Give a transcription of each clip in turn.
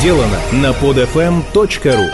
сделано на podfm.ru.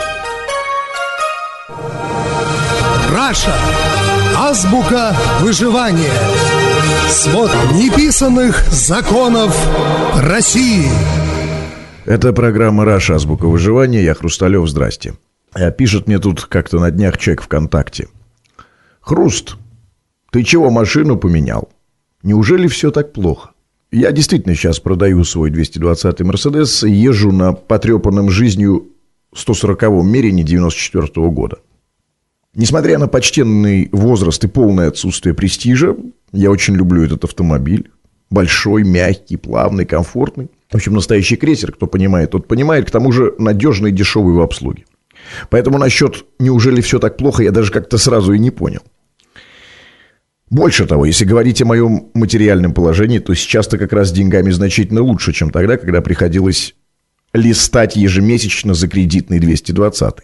Раша. Азбука выживания. Свод неписанных законов России. Это программа «Раша. Азбука выживания». Я Хрусталев, здрасте. Пишет мне тут как-то на днях человек ВКонтакте. Хруст, ты чего машину поменял? Неужели все так плохо? Я действительно сейчас продаю свой 220-й Мерседес и езжу на потрепанном жизнью 140-м Мерине 94-го года. Несмотря на почтенный возраст и полное отсутствие престижа, я очень люблю этот автомобиль. Большой, мягкий, плавный, комфортный. В общем, настоящий крейсер, кто понимает, тот понимает. К тому же надежный и дешевый в обслуге. Поэтому насчет «неужели все так плохо» я даже как-то сразу и не понял. Больше того, если говорить о моем материальном положении, то сейчас-то как раз деньгами значительно лучше, чем тогда, когда приходилось листать ежемесячно за кредитный 220-й.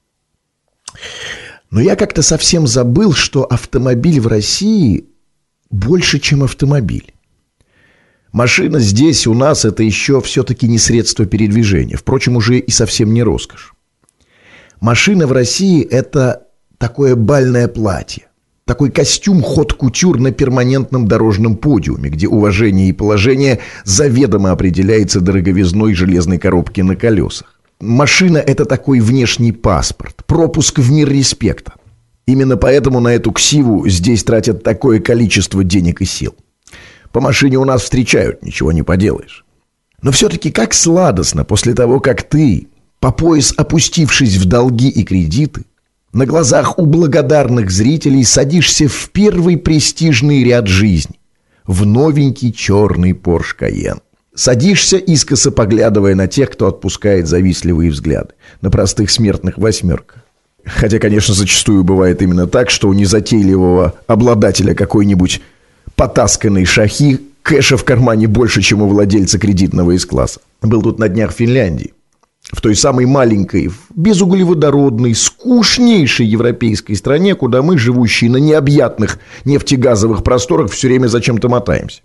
Но я как-то совсем забыл, что автомобиль в России больше, чем автомобиль. Машина здесь у нас – это еще все-таки не средство передвижения. Впрочем, уже и совсем не роскошь. Машина в России – это такое бальное платье. Такой костюм хот-кутюр на перманентном дорожном подиуме, где уважение и положение заведомо определяется дороговизной железной коробки на колесах. Машина – это такой внешний паспорт, пропуск в мир респекта. Именно поэтому на эту ксиву здесь тратят такое количество денег и сил. По машине у нас встречают, ничего не поделаешь. Но все-таки как сладостно после того, как ты, по пояс опустившись в долги и кредиты, на глазах у благодарных зрителей садишься в первый престижный ряд жизни, в новенький черный Porsche Cayenne. Садишься, искоса поглядывая на тех, кто отпускает завистливые взгляды, на простых смертных восьмерках. Хотя, конечно, зачастую бывает именно так, что у незатейливого обладателя какой-нибудь потасканной шахи кэша в кармане больше, чем у владельца кредитного С-класса. Был тут на днях в Финляндии. В той самой маленькой, безуглеводородной, скучнейшей европейской стране, куда мы, живущие на необъятных нефтегазовых просторах, все время зачем-то мотаемся.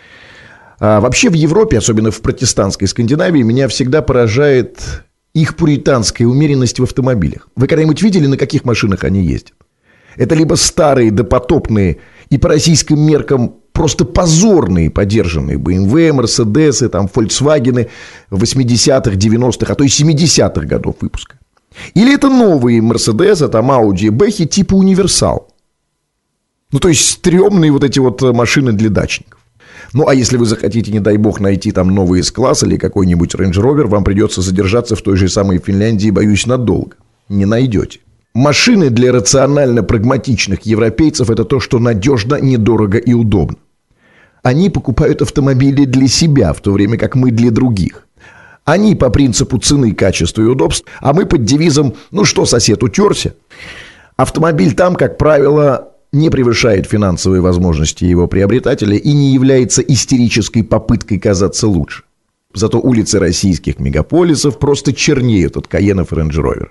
А вообще в Европе, особенно в протестантской Скандинавии, меня всегда поражает их пуританская умеренность в автомобилях. Вы когда-нибудь видели, на каких машинах они ездят? Это либо старые, допотопные и по российским меркам просто позорные подержанные BMW, Мерседесы, там, Volkswagen 80-х, 90-х, а то и 70-х годов выпуска. Или это новые Мерседесы, там, Audi, Бэхи типа универсал. Ну, то есть стрёмные вот эти вот машины для дачников. Ну, а если вы захотите, не дай бог, найти там новый С-класс или какой-нибудь Range Rover, вам придется задержаться в той же самой Финляндии, боюсь, надолго. Не найдете. Машины для рационально-прагматичных европейцев – это то, что надежно, недорого и удобно. Они покупают автомобили для себя, в то время как мы для других. Они по принципу цены, качества и удобств, а мы под девизом «ну что, сосед, утерся?». Автомобиль там, как правило, не превышает финансовые возможности его приобретателя и не является истерической попыткой казаться лучше. Зато улицы российских мегаполисов просто чернеют от Каенов и Рейндж-Роверов.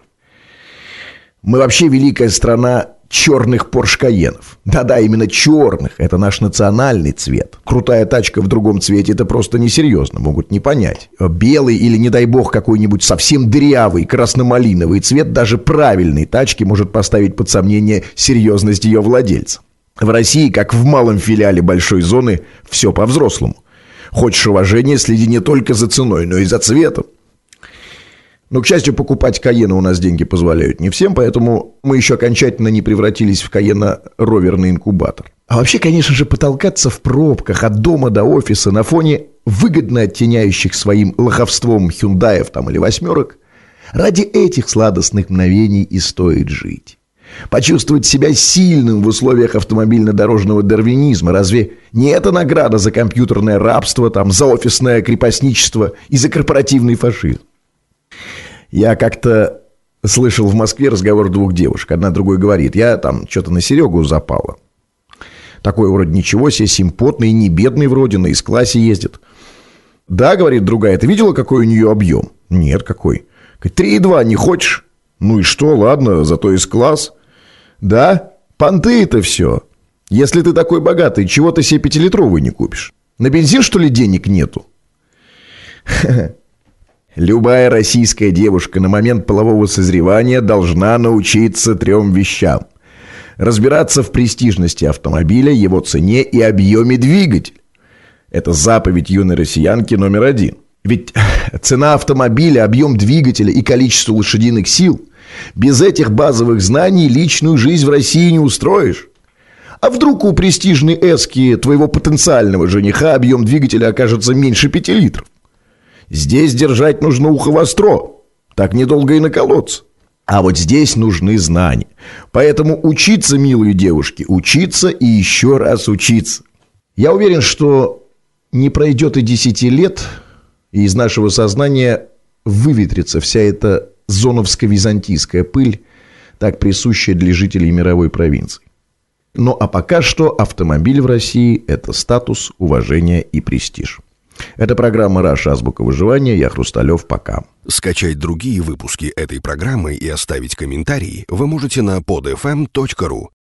Мы вообще великая страна черных Porsche Cayenne. Да-да, именно черных. Это наш национальный цвет. Крутая тачка в другом цвете – это просто несерьезно. Могут не понять. Белый или, не дай бог, какой-нибудь совсем дырявый красно-малиновый цвет даже правильной тачки может поставить под сомнение серьезность ее владельца. В России, как в малом филиале большой зоны, все по-взрослому. Хочешь уважения, следи не только за ценой, но и за цветом. Но, к счастью, покупать Каены у нас деньги позволяют не всем, поэтому мы еще окончательно не превратились в Каена-роверный инкубатор. А вообще, конечно же, потолкаться в пробках от дома до офиса на фоне выгодно оттеняющих своим лоховством хюндаев там или восьмерок, ради этих сладостных мгновений и стоит жить. Почувствовать себя сильным в условиях автомобильно-дорожного дарвинизма. Разве не это награда за компьютерное рабство, там, за офисное крепостничество и за корпоративный фашизм? Я как-то слышал в Москве разговор двух девушек. Одна другой говорит: я там что-то на Серегу запала. Такой вроде ничего себе, симпотный, не бедный вроде, на С-классе ездит. Да, говорит другая, ты видела, какой у нее объем? Нет, какой? 3,2 не хочешь? Ну и что, ладно, зато С-класс. Да, понты это все. Если ты такой богатый, чего ты себе 5-литровый не купишь? На бензин, что ли, денег нету? Любая российская девушка на момент полового созревания должна научиться 3 вещам. Разбираться в престижности автомобиля, его цене и объеме двигателя. Это заповедь юной россиянки номер 1. Ведь цена автомобиля, объем двигателя и количество лошадиных сил, без этих базовых знаний личную жизнь в России не устроишь. А вдруг у престижной эски твоего потенциального жениха объем двигателя окажется меньше 5 литров? Здесь держать нужно ухо востро, так недолго и наколоться. А вот здесь нужны знания. Поэтому учиться, милые девушки, учиться и еще раз учиться. Я уверен, что не пройдет и 10 лет, и из нашего сознания выветрится вся эта зоновско-византийская пыль, так присущая для жителей мировой провинции. Ну а пока что автомобиль в России – это статус, уважение и престиж. Это программа «Раша. Азбука выживания». Я Хрусталев. Пока. Скачать другие выпуски этой программы и оставить комментарии вы можете на podfm.ru.